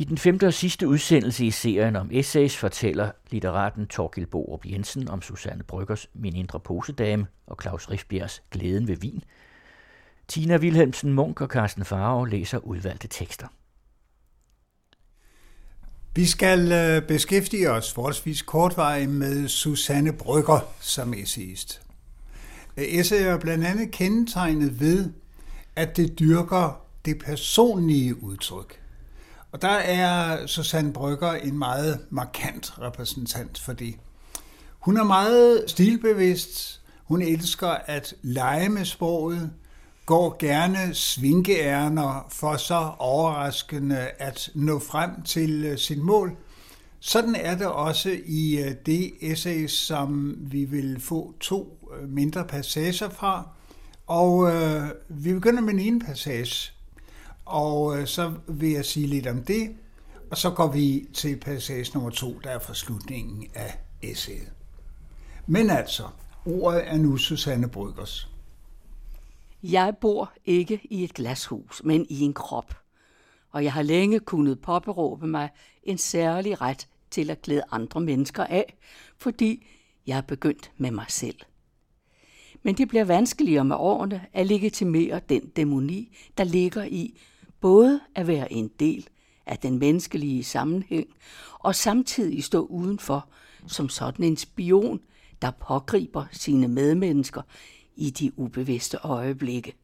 I den 5. og sidste udsendelse i serien om essays fortæller litteraten Thorkild Borup Jensen om Suzanne Brøggers Min indre posedame og Klaus Rifbjergs Glæden ved vin. Tina Wilhelmsen Munk og Carsten Farov læser udvalgte tekster. Vi skal beskæftige os forholdsvis kortvarigt med Suzanne Brøgger som essayist. Essayet er blandt andet kendetegnet ved, at det dyrker det personlige udtryk. Og der er Suzanne Brøgger en meget markant repræsentant for det. Hun er meget stilbevidst, hun elsker at lege med sproget, går gerne svinkeærner for så overraskende at nå frem til sit mål. Sådan er det også i det essay, som vi vil få 2 mindre passager fra. Og vi begynder med en ene passage, og så vil jeg sige lidt om det, og så går vi til passage nummer 2, der er fra slutningen af essayet. Men altså, ordet er nu Suzanne Brøggers. Jeg bor ikke i et glashus, men i en krop, og jeg har længe kunnet påberåbe mig en særlig ret til at glæde andre mennesker af, fordi jeg er begyndt med mig selv. Men det bliver vanskeligere med årene at legitimere den dæmoni, der ligger i både at være en del af den menneskelige sammenhæng og samtidig stå udenfor som sådan en spion, der pågriber sine medmennesker i de ubevidste øjeblikke.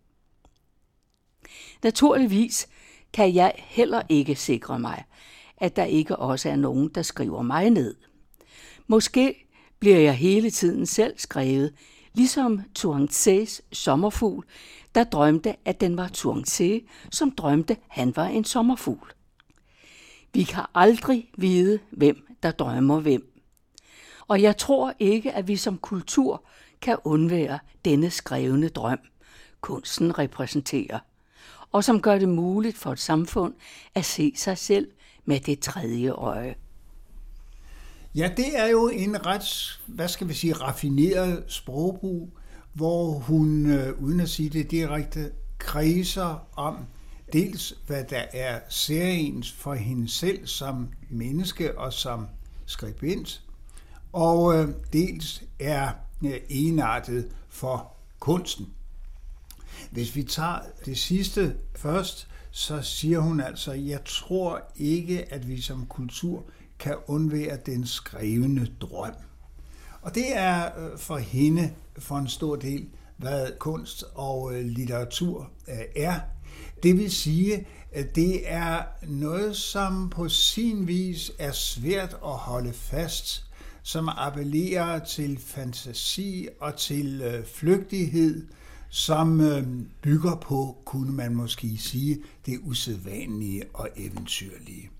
Naturligvis kan jeg heller ikke sikre mig, at der ikke også er nogen, der skriver mig ned. Måske bliver jeg hele tiden selv skrevet, ligesom Tuangzés sommerfugl, der drømte, at den var Tuangzé, som drømte, han var en sommerfugl. Vi kan aldrig vide, hvem der drømmer hvem. Og jeg tror ikke, at vi som kultur kan undvære denne skrevne drøm, kunsten repræsenterer, og som gør det muligt for et samfund at se sig selv med det tredje øje. Ja, det er jo en ret, raffineret sprogbrug, hvor hun, uden at sige det direkte, kredser om dels, hvad der er særens for hende selv som menneske og som skribent, og dels er enartet for kunsten. Hvis vi tager det sidste først, så siger hun altså, jeg tror ikke, at vi som kultur kan undvære den skrevne drøm. Og det er for hende, for en stor del, hvad kunst og litteratur er. Det vil sige, at det er noget, som på sin vis er svært at holde fast, som appellerer til fantasi og til flygtighed, som bygger på, kunne man måske sige, det usædvanlige og eventyrlige.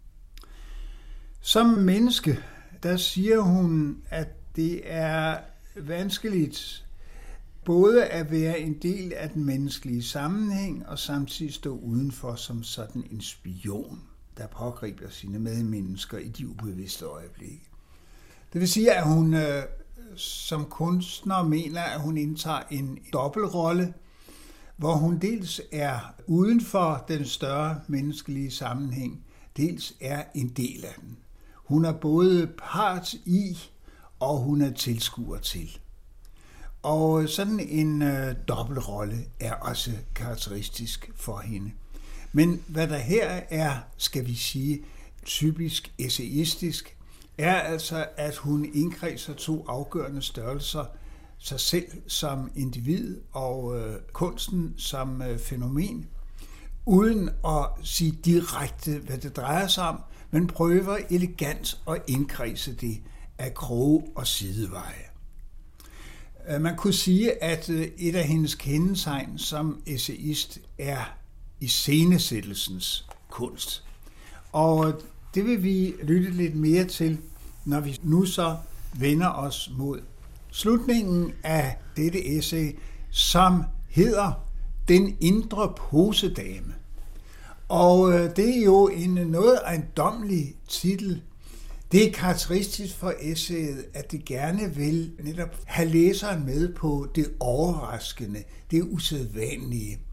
Som menneske, der siger hun, at det er vanskeligt både at være en del af den menneskelige sammenhæng og samtidig stå udenfor som sådan en spion, der pågriber sine medmennesker i de ubevidste øjeblikke. Det vil sige, at hun som kunstner mener, at hun indtager en dobbeltrolle, hvor hun dels er uden for den større menneskelige sammenhæng, dels er en del af den. Hun er både part i, og hun er tilskuer til. Og sådan en dobbeltrolle er også karakteristisk for hende. Men hvad der her er, skal vi sige, typisk essayistisk, er altså, at hun indkredser 2 afgørende størrelser, sig selv som individ og kunsten som fænomen, uden at sige direkte, hvad det drejer sig om, men prøver elegant at indkredse det af kroge og sideveje. Man kunne sige, at et af hendes kendetegn som essayist er iscenesættelsens kunst. Og det vil vi lytte lidt mere til, når vi nu så vender os mod slutningen af dette essay, som hedder Den indre posedame. Og det er jo en noget ejendommelig titel. Det er karakteristisk for essayet, at det gerne vil netop have læseren med på det overraskende, det usædvanlige.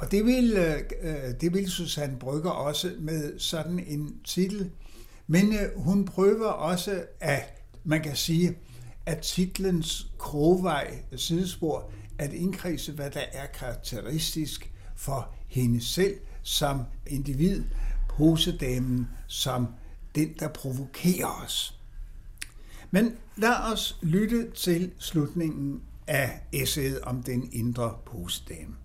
Og det vil Susanne Brøgger også med sådan en titel. Men hun prøver også, at man kan sige, at titlens krogvej sidespor, at indkredse, hvad der er karakteristisk for hende selv som individ, prosedamen som den, der provokerer os. Men lad os lytte til slutningen af essayet om den indre prosedame.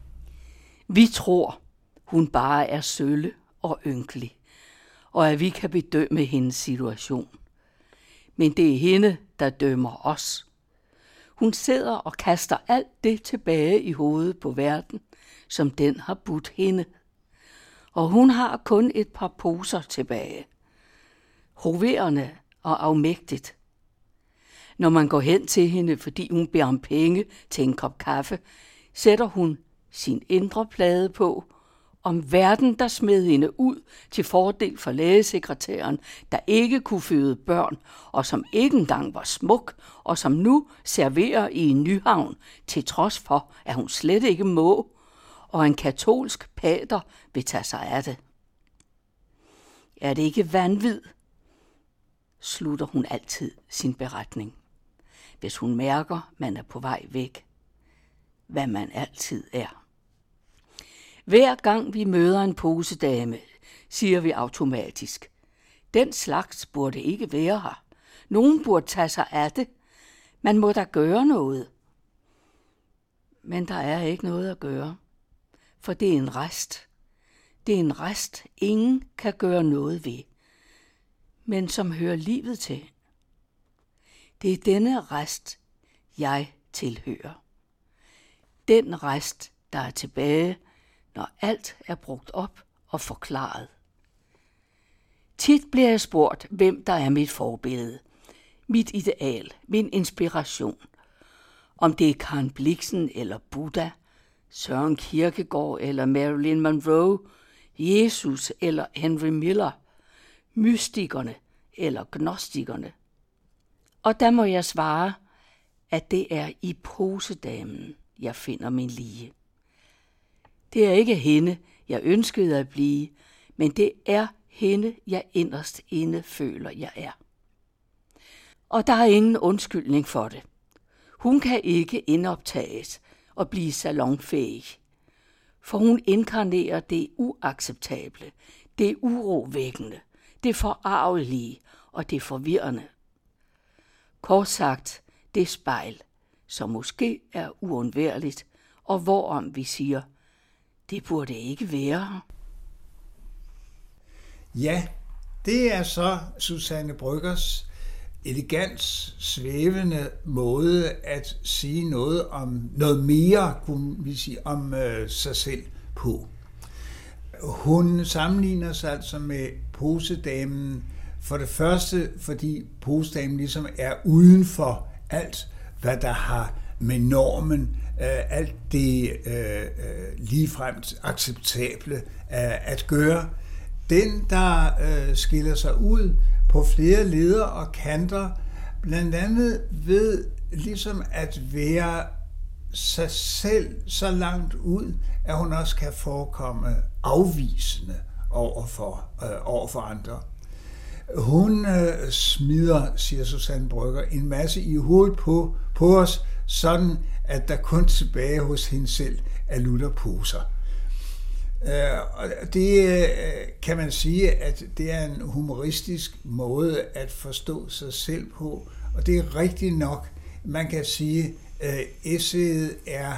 Vi tror, hun bare er sølle og ynkelig, og at vi kan bedømme hendes situation. Men det er hende, der dømmer os. Hun sidder og kaster alt det tilbage i hovedet på verden, som den har budt hende. Og hun har kun et par poser tilbage. Hoverende og afmægtigt. Når man går hen til hende, fordi hun beder om penge til en kop kaffe, sætter hun sin indre plade på, om verden, der smed hende ud til fordel for lægesekretæren, der ikke kunne føde børn, og som ikke engang var smuk, og som nu serverer i en Nyhavn, til trods for, at hun slet ikke må, og en katolsk pater vil tage sig af det. Er det ikke vanvid? Slutter hun altid sin beretning, hvis hun mærker, man er på vej væk, hvad man altid er. Hver gang vi møder en posedame, siger vi automatisk, den slags burde ikke være her. Nogen burde tage sig af det. Man må da gøre noget. Men der er ikke noget at gøre, for det er en rest. Det er en rest, ingen kan gøre noget ved, men som hører livet til. Det er denne rest, jeg tilhører. Den rest, der er tilbage, når alt er brugt op og forklaret. Tit bliver jeg spurgt, hvem der er mit forbillede, mit ideal, min inspiration. Om det er Karen Blixen eller Buddha, Søren Kierkegaard eller Marilyn Monroe, Jesus eller Henry Miller, mystikerne eller gnostikerne. Og der må jeg svare, at det er i posedamen, jeg finder min lige. Det er ikke hende, jeg ønskede at blive, men det er hende, jeg inderst inde føler, jeg er. Og der er ingen undskyldning for det. Hun kan ikke indoptages og blive salonfæhig, for hun inkarnerer det uacceptable, det urovækkende, det forarvelige og det forvirrende. Kort sagt, det spejl, som måske er uundværligt, og hvorom vi siger, det burde ikke være her. Ja, det er så Susanne Brøggers elegant, svævende måde at sige noget om noget mere, kunne vi sige, om sig selv på. Hun sammenligner sig altså med posedamen for det første, fordi posedamen ligesom er uden for alt, hvad der har med normen, alt det ligefremt acceptable at gøre. Den, der skiller sig ud på flere leder og kanter, blandt andet ved ligesom at være sig selv så langt ud, at hun også kan forekomme afvisende over for andre. Hun smider, siger Susanne Brøgger, en masse i hovedet på os, sådan at der kun tilbage hos hende selv er lutter poser. Og det kan man sige, at det er en humoristisk måde at forstå sig selv på, og det er rigtigt nok. Man kan sige, at essayet er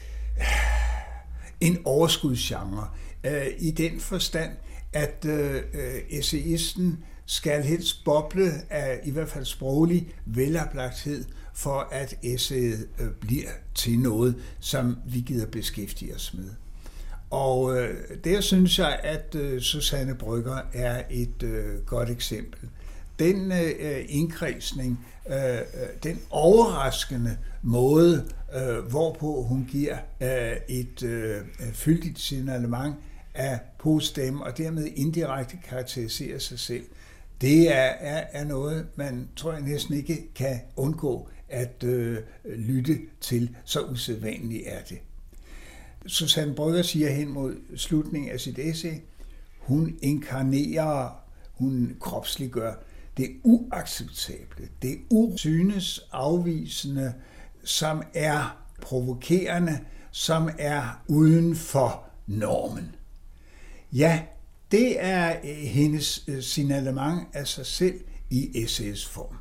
en overskudsgenre i den forstand, at essayisten skal helst boble af i hvert fald sproglig veloplagthed, for at essayet bliver til noget, som vi gider beskæftige os med. Og der synes jeg, at Susanne Brøgger er et godt eksempel. Den indkredsning, den overraskende måde, hvorpå hun giver et fyldigt signalement af posedamen, og dermed indirekte karakteriserer sig selv, det er noget, man tror jeg næsten ikke kan undgå at lytte til. Så usædvanligt er det. Susanne Brøgger siger hen mod slutningen af sit essay, hun inkarnerer, hun kropsliggør det uacceptable, det usynes afvisende, som er provokerende, som er uden for normen. Ja, det er hendes signalement af sig selv i essays form.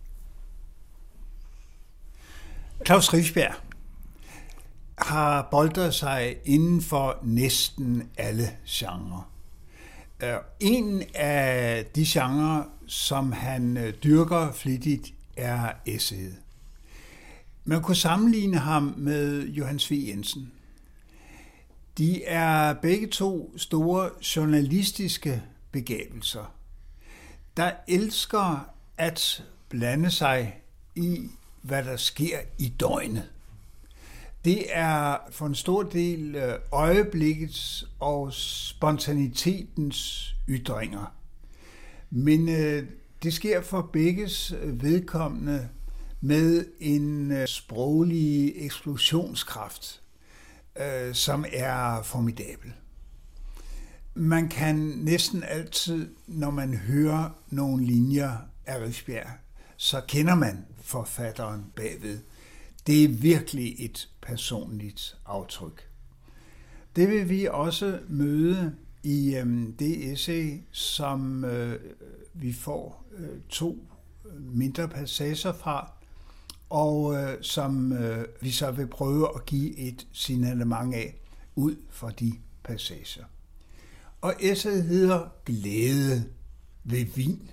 Klaus Rifbjerg har boltret sig inden for næsten alle genrer. En af de genrer, som han dyrker flittigt, er essayet. Man kunne sammenligne ham med Johannes V. Jensen. De er begge to store journalistiske begavelser, der elsker at blande sig i, hvad der sker i døgnet. Det er for en stor del øjeblikkets og spontanitetens ytringer. Men det sker for begges vedkommende med en sproglig eksplosionskraft, som er formidabel. Man kan næsten altid, når man hører nogle linjer af Rifbjerg, så kender man forfatteren bagved. Det er virkelig et personligt aftryk. Det vil vi også møde i det essay, som vi får 2 mindre passager fra, og som vi så vil prøve at give et signalement af ud fra de passager. Og essayet hedder Glæde ved vin.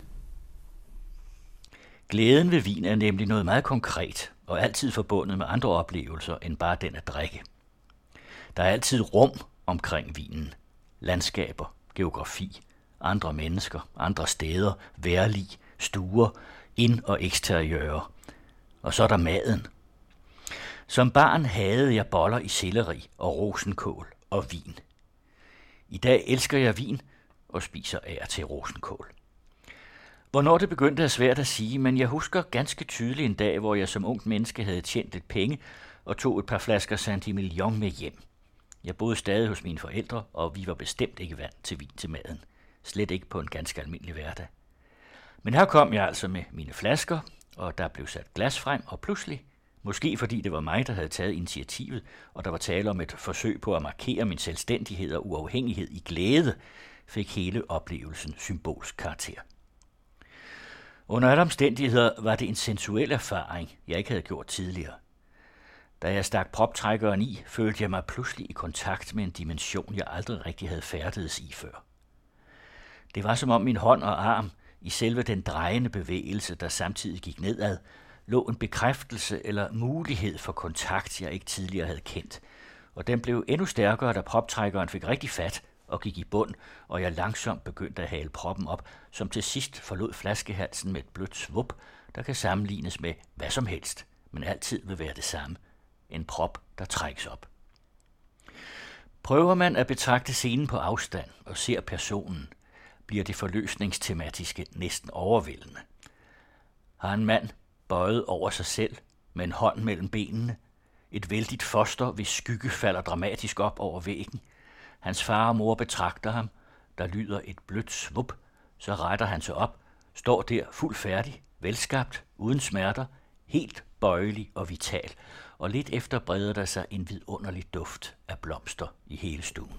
Glæden ved vin er nemlig noget meget konkret og altid forbundet med andre oplevelser end bare den at drikke. Der er altid rum omkring vinen. Landskaber, geografi, andre mennesker, andre steder, vejrlig, stuer, ind- og eksteriører. Og så er der maden. Som barn havde jeg boller i selleri og rosenkål og vin. I dag elsker jeg vin og spiser af til rosenkål. Hvornår det begyndte er svært at sige, men jeg husker ganske tydeligt en dag, hvor jeg som ungt menneske havde tjent lidt penge og tog et par flasker Saint-Emilion med hjem. Jeg boede stadig hos mine forældre, og vi var bestemt ikke vant til vin til maden. Slet ikke på en ganske almindelig hverdag. Men her kom jeg altså med mine flasker, og der blev sat glas frem, og pludselig, måske fordi det var mig, der havde taget initiativet, og der var tale om et forsøg på at markere min selvstændighed og uafhængighed i glæde, fik hele oplevelsen symbolsk karakter. Under alle omstændigheder var det en sensuel erfaring, jeg ikke havde gjort tidligere. Da jeg stak proptrækkeren i, følte jeg mig pludselig i kontakt med en dimension, jeg aldrig rigtig havde færdedes i før. Det var som om min hånd og arm, i selve den drejende bevægelse, der samtidig gik nedad, lå en bekræftelse eller mulighed for kontakt, jeg ikke tidligere havde kendt. Og den blev endnu stærkere, da proptrækkeren fik rigtig fat og gik i bund, og jeg langsomt begyndte at hale proppen op, som til sidst forlod flaskehalsen med et blødt svup, der kan sammenlignes med hvad som helst, men altid vil være det samme. En prop, der trækkes op. Prøver man at betragte scenen på afstand og ser personen, bliver det forløsningstematiske næsten overvældende. Har en mand bøjet over sig selv med en hånd mellem benene, et vældigt foster, hvis skygge falder dramatisk op over væggen. Hans far og mor betragter ham, der lyder et blødt svup, så retter han sig op, står der fuldt færdig, velskabt, uden smerter, helt bøjelig og vital, og lidt efter breder der sig en vidunderlig duft af blomster i hele stuen.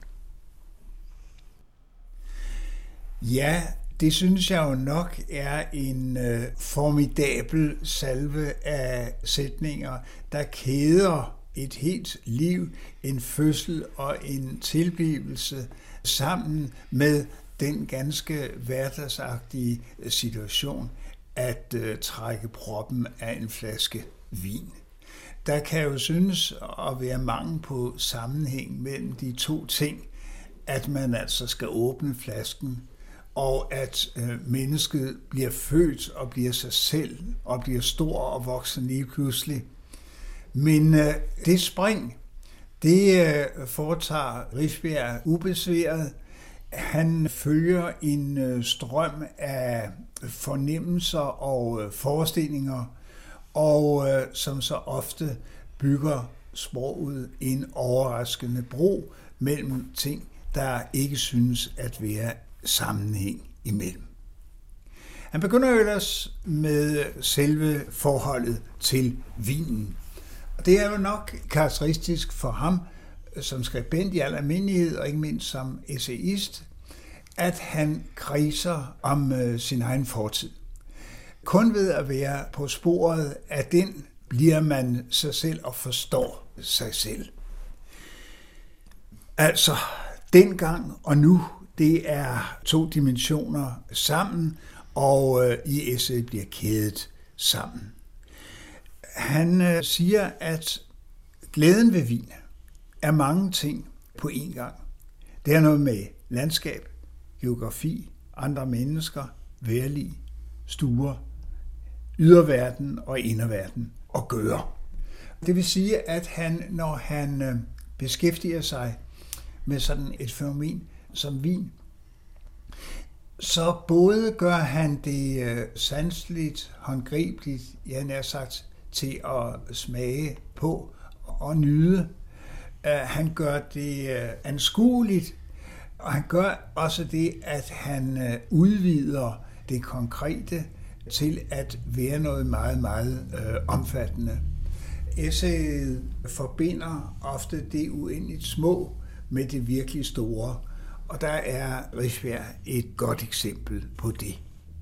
Ja, det synes jeg jo nok er en formidabel salve af sætninger, der kæder et helt liv, en fødsel og en tilblivelse sammen med den ganske hverdagsagtige situation at trække proppen af en flaske vin. Der kan jo synes at være mangel på sammenhæng mellem de 2 ting, at man altså skal åbne flasken, og at mennesket bliver født og bliver sig selv og bliver stor og voksen lige pludselig. Men det spring, det foretager Rifbjerg ubesværet. Han følger en strøm af fornemmelser og forestillinger, og som så ofte bygger sproget en overraskende bro mellem ting, der ikke synes at være sammenhæng imellem. Han begynder ellers med selve forholdet til vinen. Og det er jo nok karakteristisk for ham som skribent i al almindelighed, og ikke mindst som essayist, at han kredser om sin egen fortid. Kun ved at være på sporet af den, bliver man sig selv og forstår sig selv. Altså, dengang og nu, det er to dimensioner sammen, og i essayet bliver kædet sammen. Han siger, at glæden ved vin er mange ting på én gang. Det er noget med landskab, geografi, andre mennesker, vejrlig, stuer, yderverden og inderverden at gøre. Det vil sige, at han, når han beskæftiger sig med sådan et fænomen som vin, så både gør han det sanseligt, håndgribeligt, jeg nær sagt, til at smage på og nyde. Han gør det anskueligt, og han gør også det, at han udvider det konkrete til at være noget meget, meget omfattende. Essayet forbinder ofte det uendeligt små med det virkelig store, og der er Rifbjerg et godt eksempel på det.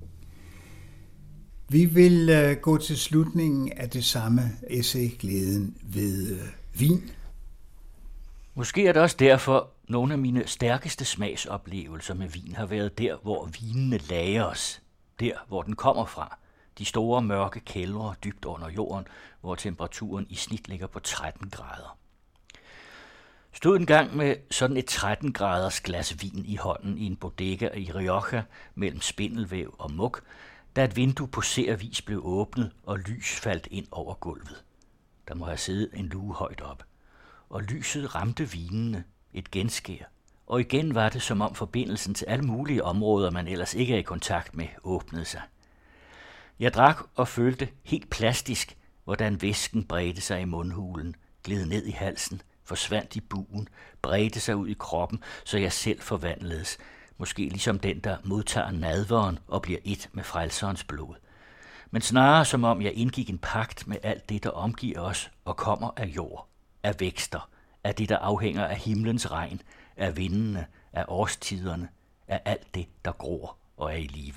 Vi vil gå til slutningen af det samme essay, Glæden ved vin. Måske er det også derfor, nogle af mine stærkeste smagsoplevelser med vin har været der, hvor vinene lagres. Der, hvor den kommer fra. De store mørke kældre dybt under jorden, hvor temperaturen i snit ligger på 13 grader. Stod en gang med sådan et 13 graders glas vin i hånden i en bodega i Rioja mellem spindelvæv og muk, da et vindue på servis blev åbnet og lys faldt ind over gulvet. Der må have siddet en luge højt op. Og lyset ramte vinene, et genskær. Og igen var det, som om forbindelsen til alle mulige områder, man ellers ikke er i kontakt med, åbnede sig. Jeg drak og følte helt plastisk, hvordan væsken bredte sig i mundhulen, gled ned i halsen, forsvandt i bugen, bredte sig ud i kroppen, så jeg selv forvandledes, måske ligesom den, der modtager nadveren og bliver et med frelserens blod. Men snarere som om jeg indgik en pagt med alt det, der omgiver os og kommer af jord, af vækster, af det, der afhænger af himlens regn, af vindene, af årstiderne, af alt det, der gror og er i live.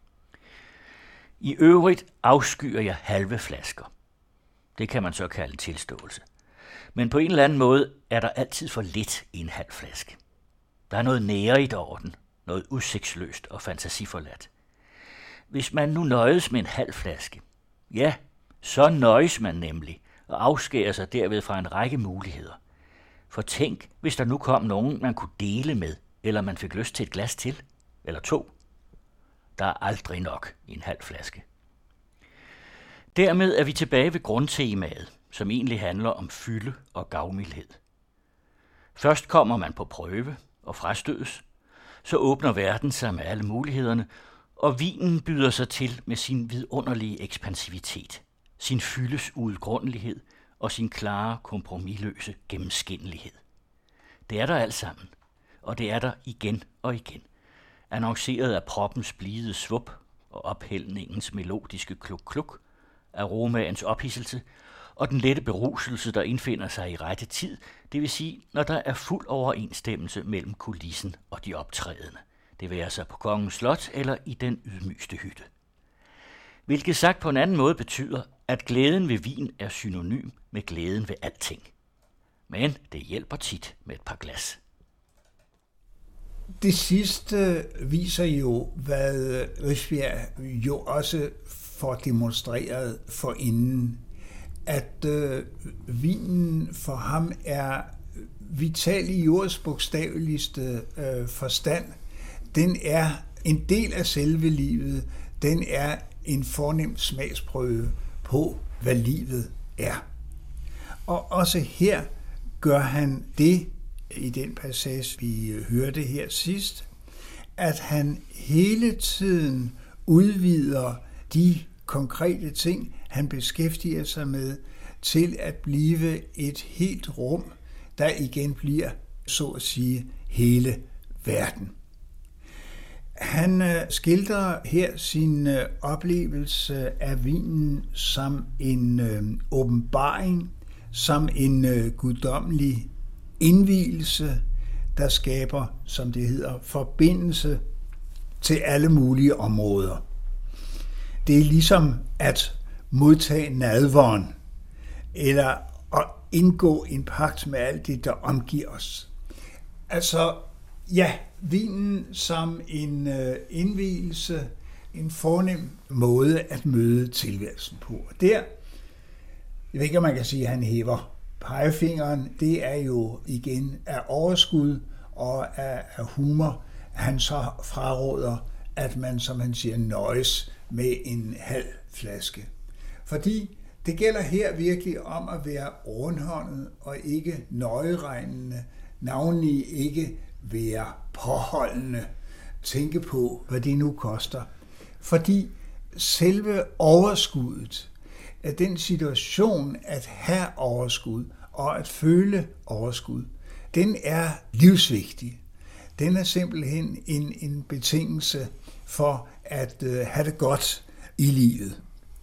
I øvrigt afskyer jeg halve flasker. Det kan man så kalde tilståelse. Men på en eller anden måde er der altid for lidt i en halv flaske. Der er noget nærigt over den, noget udsigtsløst og fantasiforladt. Hvis man nu nøjes med en halv flaske, ja, så nøjes man nemlig og afskærer sig derved fra en række muligheder. For tænk, hvis der nu kom nogen, man kunne dele med, eller man fik lyst til et glas til, eller 2. Der er aldrig nok i en halv flaske. Dermed er vi tilbage ved grundtemaet, som egentlig handler om fylde og gavmildhed. Først kommer man på prøve og frastødes, så åbner verden sig med alle mulighederne, og vinen byder sig til med sin vidunderlige ekspansivitet, sin fyldes uudgrundelighed og sin klare, kompromisløse gennemskindelighed. Det er der alt sammen, og det er der igen og igen, annonceret af proppens blide svup og ophældningens melodiske kluk-kluk, aromaens ophidselse og den lette beruselse, der indfinder sig i rette tid, det vil sige, når der er fuld overensstemmelse mellem kulissen og de optrædende. Det være sig på Kongens Slot eller i den ydmygste hytte. Hvilket sagt på en anden måde betyder, at glæden ved vin er synonym med glæden ved alting. Men det hjælper tit med et par glas. Det sidste viser jo, hvad Rifbjerg jo også får demonstreret forinden, at vinen for ham er vital i jords bogstaveligste forstand. Den er en del af selve livet. Den er en fornem smagsprøve på, hvad livet er. Og også her gør han det, i den passage, vi hørte her sidst, at han hele tiden udvider de konkrete ting, han beskæftiger sig med, til at blive et helt rum, der igen bliver, så at sige, hele verden. Han skildrer her sin oplevelse af vinen som en åbenbaring, som en guddommelig indvielse, der skaber, som det hedder, forbindelse til alle mulige områder. Det er ligesom at modtage nadveren, eller at indgå en pagt med alt det, der omgiver os. Altså, ja, vinen som en indvielse, en fornem måde at møde tilværelsen på. Og der, jeg ved ikke, om man kan sige, at han hæver pegefingeren, det er jo igen af overskud og af humor. Han så fraråder, at man, som han siger, nøjes med en halv flaske. Fordi det gælder her virkelig om at være rundhåndet og ikke nøjeregnende, navnlig ikke være påholdende, tænke på, hvad det nu koster. Fordi selve overskuddet af den situation at have overskud og at føle overskud, den er livsvigtig. Den er simpelthen en betingelse for at have det godt i livet.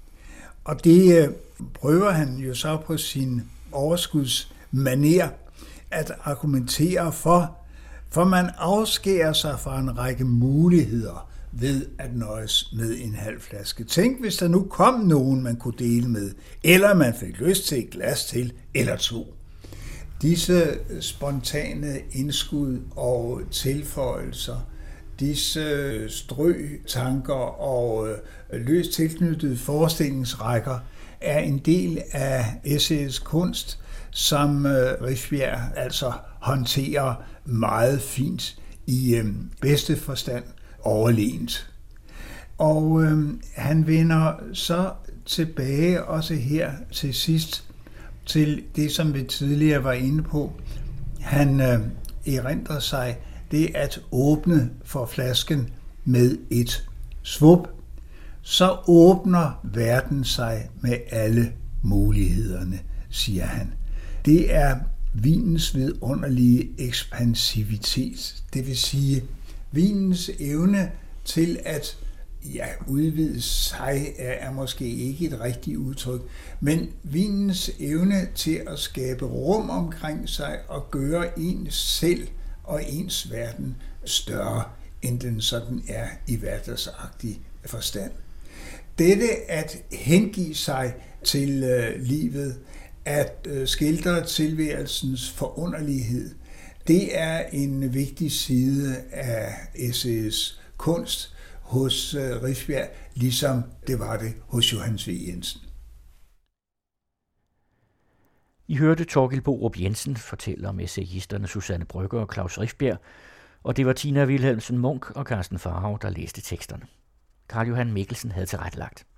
Og det prøver han jo så på sin overskudsmanér at argumentere for man afskærer sig fra en række muligheder ved at nøjes med en halv flaske. Tænk, hvis der nu kom nogen, man kunne dele med, eller man fik lyst til et glas til, eller to. Disse spontane indskud og tilføjelser, disse strøtanker og løst tilknyttede forestillingsrækker er en del af essayets kunst, som Rifbjerg altså håndterer meget fint i bedste forstand overlegent. Og han vender så tilbage også her til sidst til det, som vi tidligere var inde på. Han erindrer sig det at åbne for flasken med et svup. Så åbner verden sig med alle mulighederne, siger han. Det er vinens vidunderlige ekspansivitet. Det vil sige, vinens evne til at udvide sig er måske ikke et rigtigt udtryk, men vinens evne til at skabe rum omkring sig og gøre en selv og ens verden større, end den sådan er i hverdagsagtig forstand. Dette at hengive sig til livet, at skildre tilværelsens forunderlighed, det er en vigtig side af essayets kunst hos Rifbjerg, ligesom det var det hos Johannes V. Jensen. I hørte Thorkild Borup Jensen fortælle om essayisterne Susanne Brøgger og Klaus Rifbjerg, og det var Tina Wilhelmsen Munk og Carsten Farhaug, der læste teksterne. Carl Johan Mikkelsen havde tilrettelagt.